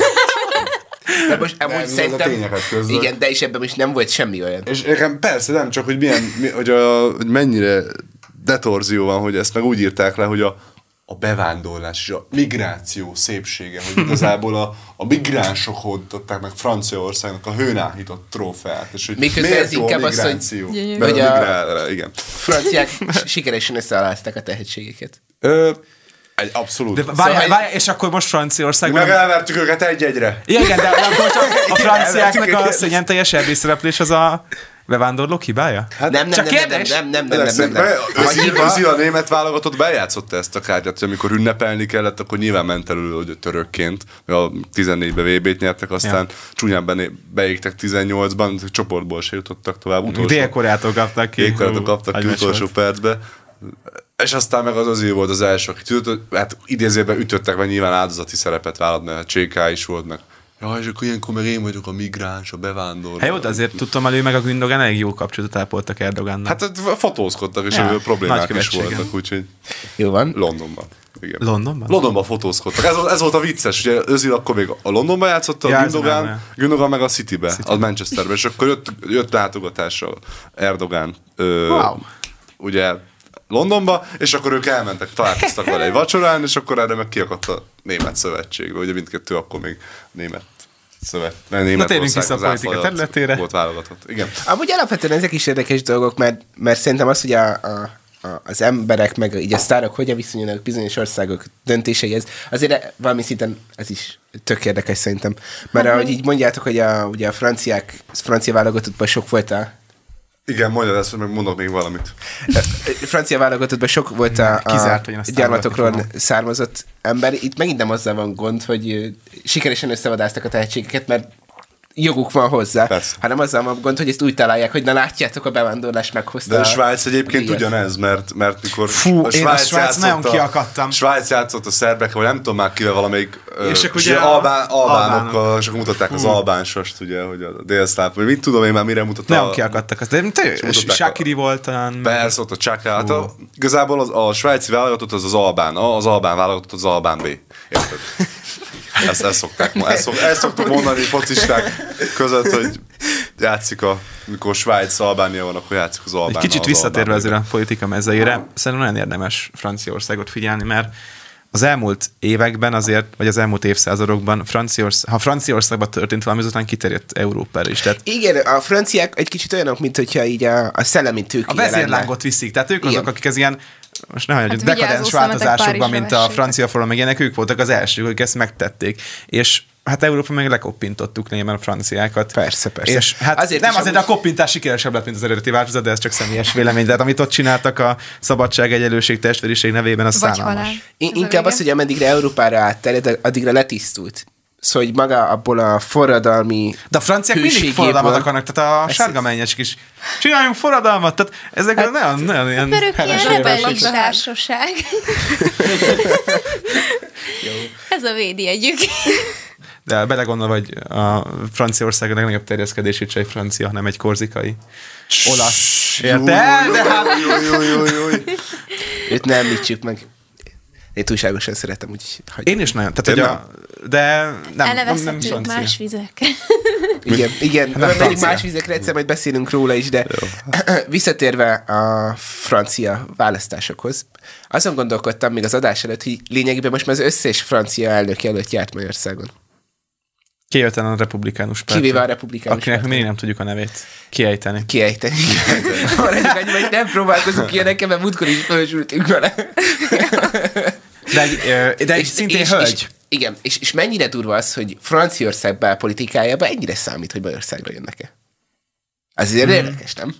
De most amúgy szerintem, igen, de is ebben most nem volt semmi olyan. És nekem persze nem, csak hogy, milyen, mi, hogy, a, hogy mennyire detorzió van, hogy ezt meg úgy írták le, hogy a, a bevándorlás és a migráció szépsége, hogy igazából a, a migránsok hódították meg Franciaországnak a hőnáhított trófeát. És hogy miközben ez inkább az, hogy, hogy a, a igen. franciák sikeresen összealázták a tehetségeket. Ö, Egy abszolút. De várj, szóval várj, és akkor most Franciaországban... Meg elvertük őket egy-egyre. Igen, de, de akkor csak a franciáknak a szégyenteljes erdélyszereplés az a bevándorlók hibája? Hát nem, nem, csak nem, kérdés? nem, nem, nem, nem, nem, nem, nem. Özil a német válogatott bejátszotta ezt a kártyát, hogy amikor ünnepelni kellett, akkor nyilván ment elő, hogy törökként. A tizennégyben vé bét nyertek, aztán ja. csúnyán beégtek tizennyolcban, csoportból se jutottak tovább. Utolsó. Dél-Koreától kaptak ki. Dél-Koreától kaptak ki utolsó percbe. És aztán meg az Özil volt az első, aki tudott, hát idézőben ütöttek, mert nyilván áldozati szerepet vállalt, mert cé ká is volt, meg ja, és akkor ilyenkor meg én vagyok a migráns, a bevándorló. Hát jó, de azért tudtam elő, meg a Gündogan elég jó kapcsolatot ápoltak Erdogannal. Hát fotózkodtak, és ja, problémák is voltak, úgyhogy... Jó van. Londonban. Igen. Londonban? Londonban fotózkodtak. Ez, ez volt a vicces, ugye Özil akkor még a Londonban játszott, a ja, Gündogan, Gündogan meg a Citybe, City. A Manchesterbe, és akkor jött, jött látogatásra Erdogan. Ö, wow. Ugye Londonba, és akkor ők elmentek, találkoztak vele egy vacsorán, és akkor erre meg kiakadt a német szövetségbe, ugye mindkettő akkor még német szövet. Na térjünk vissza a politika területére. Volt válogatott. Igen. Amúgy alapvetően ezek is érdekes dolgok, mert, mert szerintem az, hogy a, a, a, az emberek, meg így a sztárok hogyan viszonyulnak bizonyos országok döntéseihez, azért valami szinten ez is tök érdekes szerintem. Mert ahogy így mondjátok, hogy a, ugye a franciák, a francia válogatottban sok volt a igen, mondjad ezt, meg mondok még valamit. Francia válogatottban sok volt a, a gyarmatokról származott ember. Itt megint nem azzal van gond, hogy sikeresen összevadáztak a tehetségeket, mert joguk van hozzá, persze. Hanem azzal van gond, hogy ezt úgy találják, hogy na látjátok, a bevándorlás meghozta. De a Svájc egyébként ugyanez, mert, mert mikor Fú, a Svájc, a Svájc nagyon kiakadtam. Svájc játszott a szerbekkel, vagy nem tudom már kivel valamelyik és uh, ugye albán, albánokkal, és akkor mutatták Fú. az albánsost, ugye, hogy a délszláv, vagy mit tudom én már, mire mutatta. Nagyon kiakadtak, de Shaqiri volt talán. Persze, ott a Chaka. Hát a, igazából az, a svájci válogatott az az albán A, az albán válogatott az albán B. Érted? Ezt, ezt, szokták, ezt, szok, ezt szoktuk mondani focisták között, hogy játszik a, mikor Svájc, Albánia van, akkor játszik az albán. Egy kicsit visszatérve azért a politika mezeire, szerintem nagyon érdemes Franciaországot figyelni, mert az elmúlt években azért, vagy az elmúlt évszázadokban Franciaország, ha Franciaországban történt valami, azután kiterjedt Európára is. Tehát igen, a franciák egy kicsit olyanok, mint hogyha így a, a szellemi tőke. A vezérlángot viszik, tehát ők azok, akik ez ilyen most ne hagyjuk, hát dekadens változásokban, mint a francia forradalom, meg ilyenek, ők voltak az elsők, akik ezt megtették. És hát Európa meg lekoppintottuk némen a franciákat. Persze, persze. És hát azért nem azért, amúgy... a koppintás sikeresebb lett, mint az eredeti változat, de ez csak személyes vélemény. Tehát amit ott csináltak a szabadság, egyenlőség, testvériség nevében, az szánalmas. Inkább az, hogy ameddigre Európára átterjed, addigra letisztult. Szóval, hogy maga abból a forradalmi de a franciák mindig forradalmat akarnak, tehát a sárga mennyesek is csináljunk forradalmat, tehát ezek hát, nagyon, nagyon ilyen mert ők ilyen rebellis társaság. Ez a védjegyük. De belegondolva, hogy a Franciaország a legnagyobb terjeszkedésű se egy francia, hanem egy korzikai. Olasz. Érted? De hát... Őt nem említsük meg. Én túlságosan szeretem, úgyhogy... Én is nagyon. Tehát, hogy a, de nem, nem, nem más vizek. Igen, igen. Megyünk más vizekre, egyszer majd beszélünk róla is, de visszatérve a francia választásokhoz, azon gondolkodtam még az adás előtt, hogy lényegében most már az összes francia elnök jelölt járt Magyarországon. Kiejteni a republikánus párt. Kivéve a republikánus Akinek párt. Mindig nem tudjuk a nevét kiejteni. Kiejteni. Maradjunk annyi, hogy nem próbálkozunk ilyenekkel, mert múltkor is fölsültünk vele. De, de és, szintén és, hölgy. És, igen, és, és mennyire durva az, hogy Franciaország belpolitikájában ennyire számít, hogy Magyarországra jönnek-e. Az azért hmm. érdekes, nem?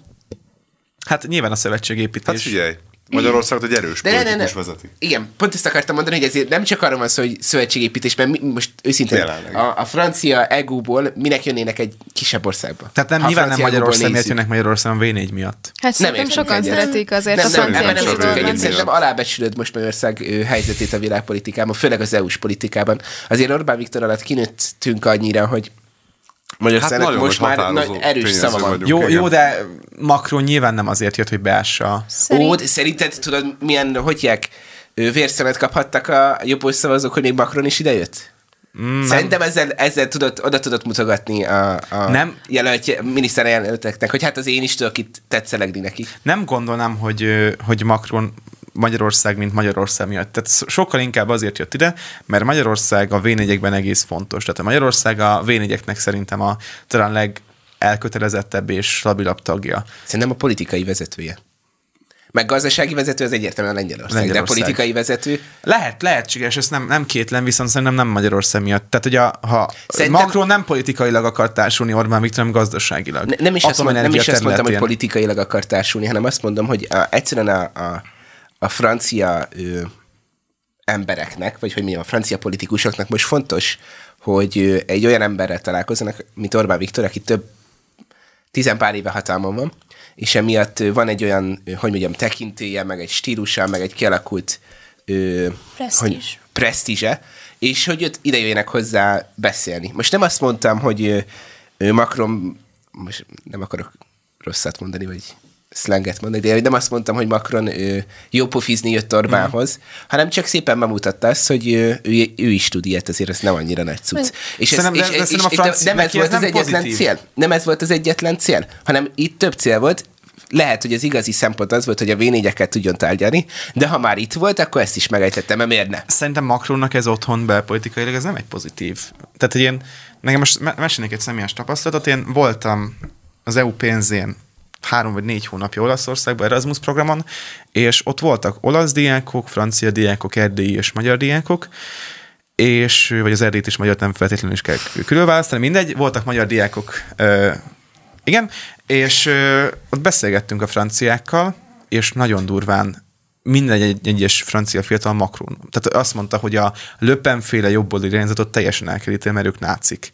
Hát nyilván a szövetségépítés. Hát figyelj, Magyarországot egy erős de politikus ne, ne, ne. vezeti. Igen, pont ezt akartam mondani, hogy ezért nem csak arról van szó, hogy szövetségépítés, mert mi, most őszintén a, a francia egóból minek jönnének egy kisebb országba. Tehát nem, nyilván nem Magyarország miért jönnek Magyarországon vé négy miatt. Hát nem nem sokan egyet. Szeretik azért nem, a francia nem, nem, nem, nem Szerintem alábecsülöd most Magyarország helyzetét a világpolitikában, főleg az é u-s politikában. Azért Orbán Viktor alatt kinőttünk annyira, hogy Magyarországnak hát most már nagy, erős szava van. Jó, jó, de Macron nyilván nem azért jött, hogy beássa. Szerint... Ó, de szerinted tudod, milyen, hogyják, vérszemet kaphattak a jobbos szavazók, hogy még Macron is idejött? Mm, Szerintem ezzel, ezzel tudod, oda tudod mutogatni a, a nem. jelölt, miniszterjelölteknek, hogy hát az én is tudok itt tetszelegni neki. Nem gondolnám, hogy, hogy Macron Magyarország, mint Magyarország miatt. Tehát sokkal inkább azért jött ide, mert Magyarország a vé négyekben egész fontos. Tehát a Magyarország a vé négyeknek szerintem a talán legelkötelezettebb és stabilabb tagja. Szerintem a politikai vezetője. Meg gazdasági vezető az egyértelműen Lengyelország, Lengyelország. De politikai vezető... Lehet, lehetséges, ezt nem, nem kétlen, viszont szerintem nem Magyarország miatt. Tehát, hogy a, ha szerintem... Macron nem politikailag akar társulni Orbán Viktor, hanem gazdaságilag. Ne, nem is, azt, mond, nem is azt mondtam, hogy politikailag akar társulni, hanem azt mondom, hogy a, egyszerűen a, a, a francia ö, embereknek, vagy hogy mondjam, a francia politikusoknak most fontos, hogy ö, egy olyan emberrel találkozzanak, mint Orbán Viktor, aki több tizenpár éve hatalmon van, és emiatt van egy olyan, hogy mondjam, tekintélye, meg egy stílusa, meg egy kialakult ö, hogy, presztízse, és hogy ott ide jöjjenek hozzá beszélni. Most nem azt mondtam, hogy ö, Macron, most nem akarok rosszat mondani, vagy szlenget mondani, de nem azt mondtam, hogy Macron ö, jó pofizni jött Orbánhoz, mm. hanem csak szépen bemutatta azt, hogy ö, ő, ő is tud ilyet, azért ez nem annyira nagy cucc. És, ez, és, és, és, és nem ez volt az egyetlen pozitív. cél. Nem ez volt az egyetlen cél, hanem itt több cél volt. Lehet, hogy az igazi szempont az volt, hogy a vé négyeket tudjon tárgyalni, de ha már itt volt, akkor ezt is megejtettem, mert miért ne? Szerintem Macronnak ez otthon belpolitikailag, ez nem egy pozitív. Tehát, hogy én, nekem most mesélnék egy személyes tapasztalatot, én voltam az é u pénzén három vagy négy hónapja Olaszországban Erasmus programon, és ott voltak olasz diákok, francia diákok, erdélyi és magyar diákok, és, vagy az erdélyt és magyar nem feltétlenül is kell különválasztani, mindegy, voltak magyar diákok, ö, igen, és ö, ott beszélgettünk a franciákkal, és nagyon durván minden egy, egyes francia fiatal Macron. Tehát azt mondta, hogy a Le Pen-féle jobboldali irányzatot teljesen el kell ítélni, mert ők nácik.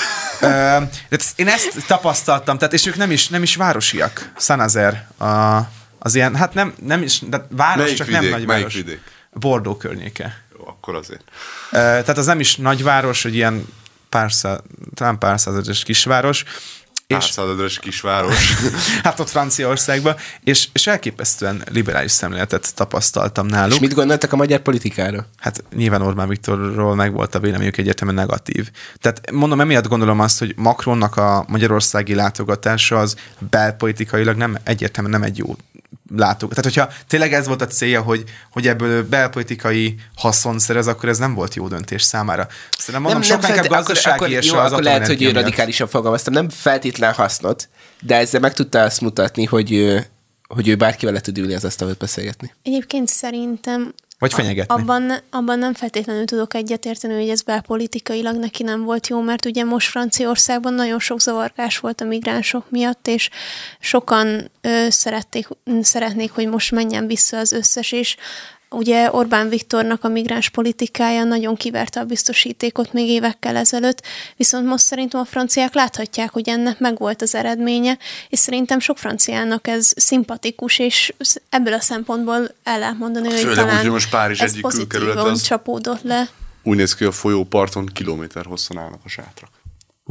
Ö, én ezt tapasztaltam, tehát, és ők nem is, nem is városiak. Saint-Nazaire, a, az ilyen, hát nem, nem is, de város, melyik csak vidék, nem nagyváros. Vidék? Bordeaux környéke. Jó, akkor azért. Ö, tehát az nem is nagyváros, hogy ilyen pár száz, talán pár százalékos kisváros, Párszázezres kisváros. Hát ott Franciaországban, és, és elképesztően liberális szemléletet tapasztaltam náluk. És mit gondoltak a magyar politikáról? Hát nyilván Orbán Viktorról meg volt a véleményük egyértelműen negatív. Tehát mondom, emiatt gondolom azt, hogy Macronnak a magyarországi látogatása az belpolitikailag nem egyértelműen nem egy jó látogatás. Tehát hogyha tényleg ez volt a célja, hogy, hogy ebből belpolitikai haszon szerez, akkor ez nem volt jó döntés számára. Szerintem mondom, nem, sokkal inkább gazdasági akkor, és jó, az akkor lehet, hogy ő radikálisan fogalmaztam. Nem feltétlen hasznot, de ezzel meg tudta azt mutatni, hogy, hogy ő bárkivel le tud ülni az asztalot beszélgetni. Egyébként szerintem vagy fenyegetni. Abban, abban nem feltétlenül tudok egyetérteni, hogy ez belpolitikailag neki nem volt jó, mert ugye most Franciaországban nagyon sok zavargás volt a migránsok miatt, és sokan ö, szerették, szeretnék, hogy most menjen vissza az összes, és ugye Orbán Viktornak a migráns politikája nagyon kiverte a biztosítékot még évekkel ezelőtt, viszont most szerintem a franciák láthatják, hogy ennek megvolt az eredménye, és szerintem sok franciának ez szimpatikus, és ebből a szempontból el lehet mondani, hogy főleg talán úgy, most Párizs ez egyik pozitívan az csapódott le. Úgy néz ki, a folyóparton kilométer hosszan állnak a sátrak. Uh.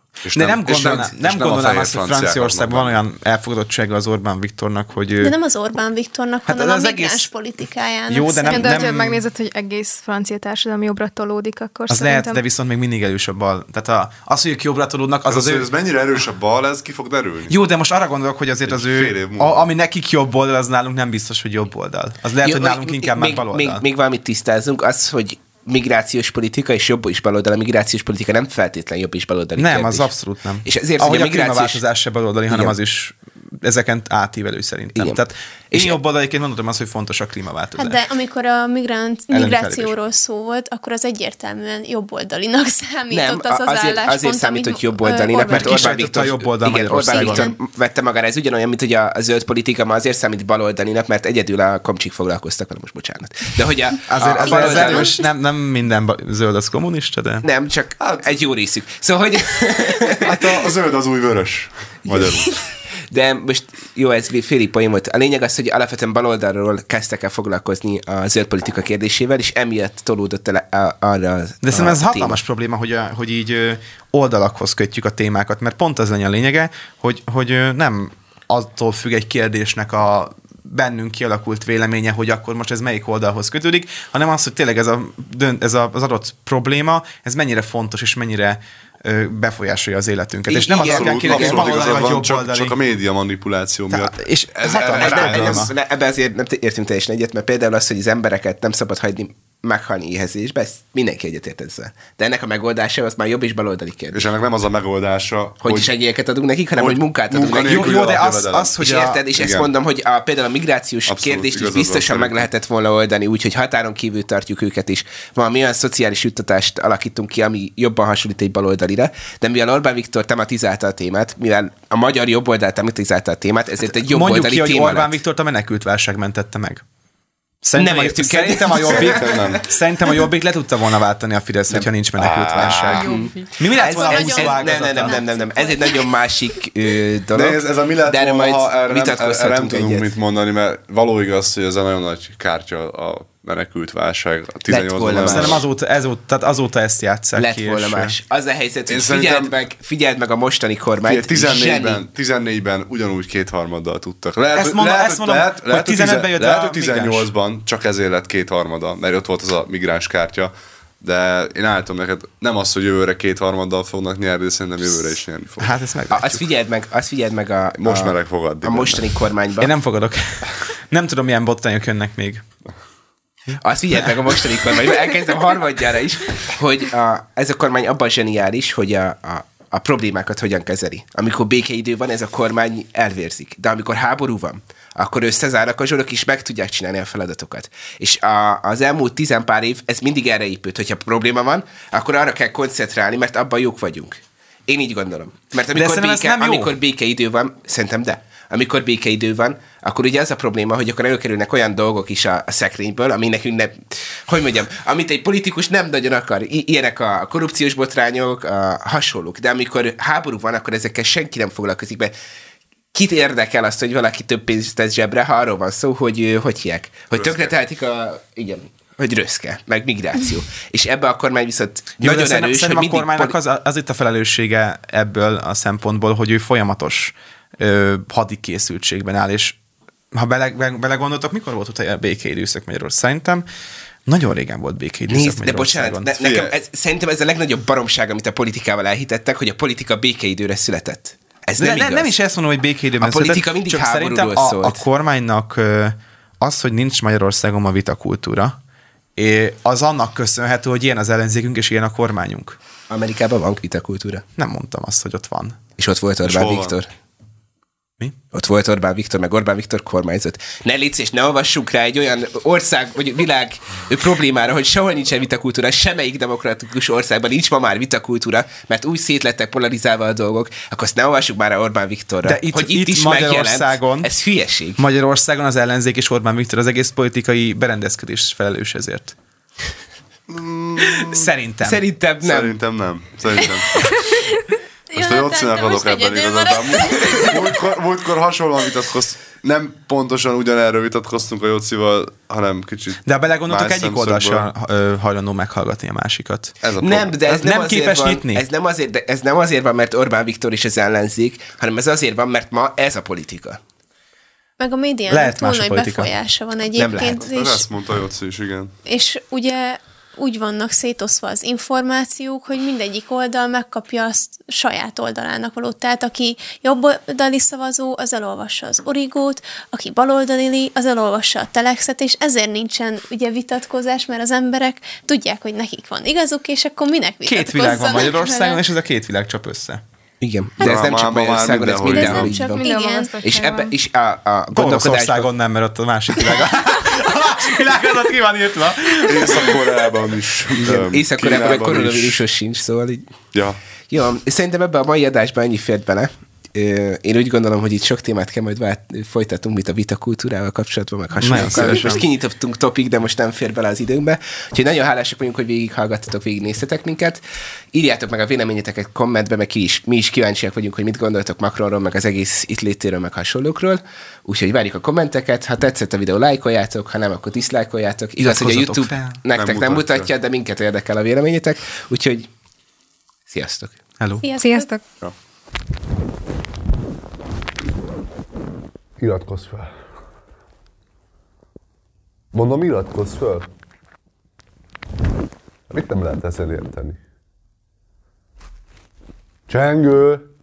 És de nem, nem gondolnám, nem nem gondolnám azt, hogy Franciaországban van olyan elfogadottsága az Orbán Viktornak, hogy... De nem az Orbán Viktornak, hát hanem az a migráns egész... politikájának. Jó, de nem... De nem... megnézed, hogy egész francia társadalom jobbra tolódik, akkor az szerintem... lehet, de viszont még mindig erős a bal. Tehát a, az, hogy ők jobbra tolódnak, az az, az ő... Ez mennyire erős a bal, ez ki fog derülni? Jó, de most arra gondolok, hogy azért az ő... A, ami nekik jobb oldal, az nálunk nem biztos, hogy jobb oldal. Az lehet, hogy nálunk inkább már bal oldal. Még valamit tisztázunk, az, hogy migrációs politika és jobb és baloldal. A migrációs politika nem feltétlen jobb és baloldali Nem, kérdés. Az abszolút nem. És ezért, ahogy hogy a, a migrációs... klímaváltozás se baloldali, hanem igen. Az is ezeken átívelő szerintem. Igen. Tehát én jobb oldaliként mondhatom azt, hogy fontos a klímaváltozás. Hát de amikor a migrant, migrációról szó volt, akkor az egyértelműen jobboldalinak számított nem, az az azért, álláspont, azért számított jobboldalinak, mert Orbán Viktor, jobb oldal igen, Orbán Viktor vette magára. Ez ugyanolyan, mint hogy a, a zöld politika ma azért számít baloldalinak, mert egyedül a komcsik foglalkoztak vele, most bocsánat. De hogy a, azért a, a baloldal... az erős, nem, nem minden zöld az kommunista, de... Nem, csak hát, egy jó részük. Szóval, hogy... hát a, a zöld az új vörös. Magyarul. De most jó, ez félig poén volt. A lényeg az, hogy alapvetően baloldalról kezdtek el foglalkozni a zöld politika kérdésével, és emiatt tolódott el arra. De szerintem ez hatalmas probléma, hogy, a, hogy így oldalakhoz kötjük a témákat, mert pont az lenne a lényege, hogy, hogy nem attól függ egy kérdésnek a bennünk kialakult véleménye, hogy akkor most ez melyik oldalhoz kötődik, hanem az, hogy tényleg ez, a, ez a, az adott probléma, ez mennyire fontos, és mennyire befolyásolja az életünket. És nem abszolút, az alapján kinek abszolút igazad van, csak, oldali. csak a média manipuláció miatt. És ez, ez, ez, ez, ez ebben azért nem értünk teljesen egyet, mert például az, hogy az embereket nem szabad hagyni meghalni éhezésbe, ezt mindenki egyetért ezzel. De ennek a megoldása az már jobb és baloldali kérdés. És ennek nem az a megoldása, hogy, hogy segélyeket adunk nekik, hanem hogy, hogy munkát adunk nekik. Jó, jó, de az, az, hogy és a... érted, és igen. Ezt mondom, hogy a, például a migrációs abszolút, kérdést is biztosan meg lehetett volna oldani, úgyhogy határon kívül tartjuk őket is. Valami olyan szociális juttatást alakítunk ki, ami jobban hasonlít egy baloldalira, de mivel Orbán Viktor tematizálta a témát, mivel a magyar jobboldal tematizálta a témát, ezért egy jobboldali téma. Mondjuk ki, hogy Orbán Viktort a menekültválság mentette meg. Szerintem, nem a, szerintem, a jobbik, szerintem a Jobbik le tudta volna váltani a Fidesz, hogyha nincs menekültválság. Mi mi lett volna a nem, nem, nem, nem, nem, nem. Ez egy nagyon másik ö, dolog. De ez, ez a mi lett volna, majd ha erre nem, erre nem tudunk egyet. Mit mondani, mert való igaz, hogy ez a nagyon nagy kártya a menekült válság. A tizennyolcban. Szerintem azóta, ezóta, tehát azóta ezt játsszák lett ki. Lett volna más. Az a helyzet, hogy figyeld meg, figyeld meg a mostani kormányt. tizennégyben, tizennégyben ugyanúgy kétharmaddal tudtak. Lehet, ezt mondom, lehet, ezt mondom lehet, hogy tizenötben jött lehet, hogy tizennyolcban csak ezért lett kétharmada, mert ott volt az a migráns kártya. De én állítom neked, nem az, hogy jövőre kétharmaddal fognak nyerni, de szerintem jövőre is nyerni fognak. Hát ezt meglátjuk. Azt figyeld meg, azt figyeld meg a, Most meleg fogadni a mostani kormányban. Én nem fogadok. Nem tudom, milyen botrányok jönnek még. Azt figyeld meg a mostani kormányban, elkezdem harmadjára is, hogy a, ez a kormány abban zseniális, hogy a, a, a problémákat hogyan kezeli. Amikor békeidő van, ez a kormány elvérzik. De amikor háború van, akkor összezárnak a zsorok, és meg tudják csinálni a feladatokat. És a, az elmúlt tizen pár év, ez mindig erre épült, hogyha probléma van, akkor arra kell koncentrálni, mert abban jók vagyunk. Én így gondolom. Mert amikor, béke, amikor békeidő van, szerintem de, amikor békeidő van, akkor ugye az a probléma, hogy akkor előkerülnek olyan dolgok is a, a szekrényből, ami nekünk nem, hogy mondjam, amit egy politikus nem nagyon akar. I- ilyenek a korrupciós botrányok, a hasonlók. De amikor háború van, akkor ezekkel senki nem foglalkozik be. Kit érdekel azt, hogy valaki több pénzt tesz zsebre, ha arról van szó, hogy hogy hiek? Hogy tönkreteltik a... Igen. Hogy röszke, meg migráció. És ebbe a kormány viszont Jó, nagyon erős, szerintem a kormánynak poli- az, az itt a felelőssége ebből a szempontból, hogy ő folyamatos ö, hadikészültségben áll, és ha bele, belegondoltak, mikor volt utána a békeidőszak Magyarországon? Szerintem nagyon régen volt békeidőszak Nézd, Magyarországon. De bocsánat, de nekem ez, szerintem ez a legnagyobb baromság, amit a politikával elhitettek, hogy a politika békeidőre született. Ez nem, nem, nem is ezt mondom, hogy békeidőben a politika mindig csak szerintem a, a kormánynak az, hogy nincs Magyarországon a vitakultúra, az annak köszönhető, hogy ilyen az ellenzékünk, és ilyen a kormányunk. Amerikában van vitakultúra. Nem mondtam azt, hogy ott van. És ott volt Orbán Viktor. Mi? Ott volt Orbán Viktor, meg Orbán Viktor kormányzott. Ne légy, és ne olvassunk rá egy olyan ország, vagy világ problémára, hogy sehol nincsen vitakultúra, semmelyik demokratikus országban nincs ma már vitakultúra, mert úgy szétlettek polarizálva a dolgok, akkor azt ne olvassuk már a Orbán Viktorra. De itt, hogy itt, itt is Magyarországon, ez hülyeség. Magyarországon az ellenzék és Orbán Viktor az egész politikai berendezkedés felelős ezért. Mm, Szerintem. Szerintem nem. Szerintem nem. Szerintem. Jó, Most a Jocinak adok ebben igazán. Múltkor, múltkor hasonlóan vitatkoztunk. Nem pontosan ugyanerről vitatkoztunk a Jocival, hanem kicsit. De ha belegondoltok, egyik oldal sem hajlandó meghallgatni a másikat. Ez a nem, de ez, ez nem, nem képes van, nyitni. Ez nem, azért, de ez nem azért van, mert Orbán Viktor is az ellenzék, hanem ez azért van, mert ma ez a politika. Meg a médiának túl nagy befolyása van egyébként. És, ezt mondta Joci is, igen. És ugye úgy vannak szétoszva az információk, hogy mindegyik oldal megkapja azt saját oldalának való. Tehát aki jobboldali szavazó, az elolvassa az Origót, aki baloldali, az elolvassa a Telexet, és ezért nincsen ugye vitatkozás, mert az emberek tudják, hogy nekik van igazuk, és akkor minek vitatkozzanak. Két világ van Magyarországon, és ez a két világ csap össze. Igen, de ez nem csak Magyarországon, ez mindenhol így van. Igen. És ebbe is a, a gondolkodásban nem, mert ott a másik világ. A másik világ az ott ki van írtva. Észak-Koreában is. Észak-Koreában a koronavírusos sincs, szóval így. Ja. Jó, szerintem ebben a mai adásban ennyi fért bele. Én úgy gondolom, hogy itt sok témát kell majd vált, folytatunk, mint a vitakultúrával kapcsolatban, meg hasonlókkal. Most kinyitottunk topik, de most nem fér bele az időnkbe. Úgyhogy nagyon hálásak vagyunk, hogy végighallgattatok, végignéztetek minket. Írjátok meg a véleményeteket kommentbe, meg ki is, mi is kíváncsiak vagyunk, hogy mit gondoltok Macronról, meg az egész itt létéről, meg hasonlókról. Úgyhogy várjuk a kommenteket. Ha tetszett a videó, lájkoljátok, ha nem, akkor diszlájkoljátok. Igaz, hogy a YouTube fel. nektek nem, nem mutatja. mutatja, de minket érdekel a véleményetek. Úgyhogy sziasztok! Hello! Sziasztok! Sziasztok. Ja. Iratkozz fel. Mondom, iratkozz fel. Mit nem lehet ezzel érteni? Csengő!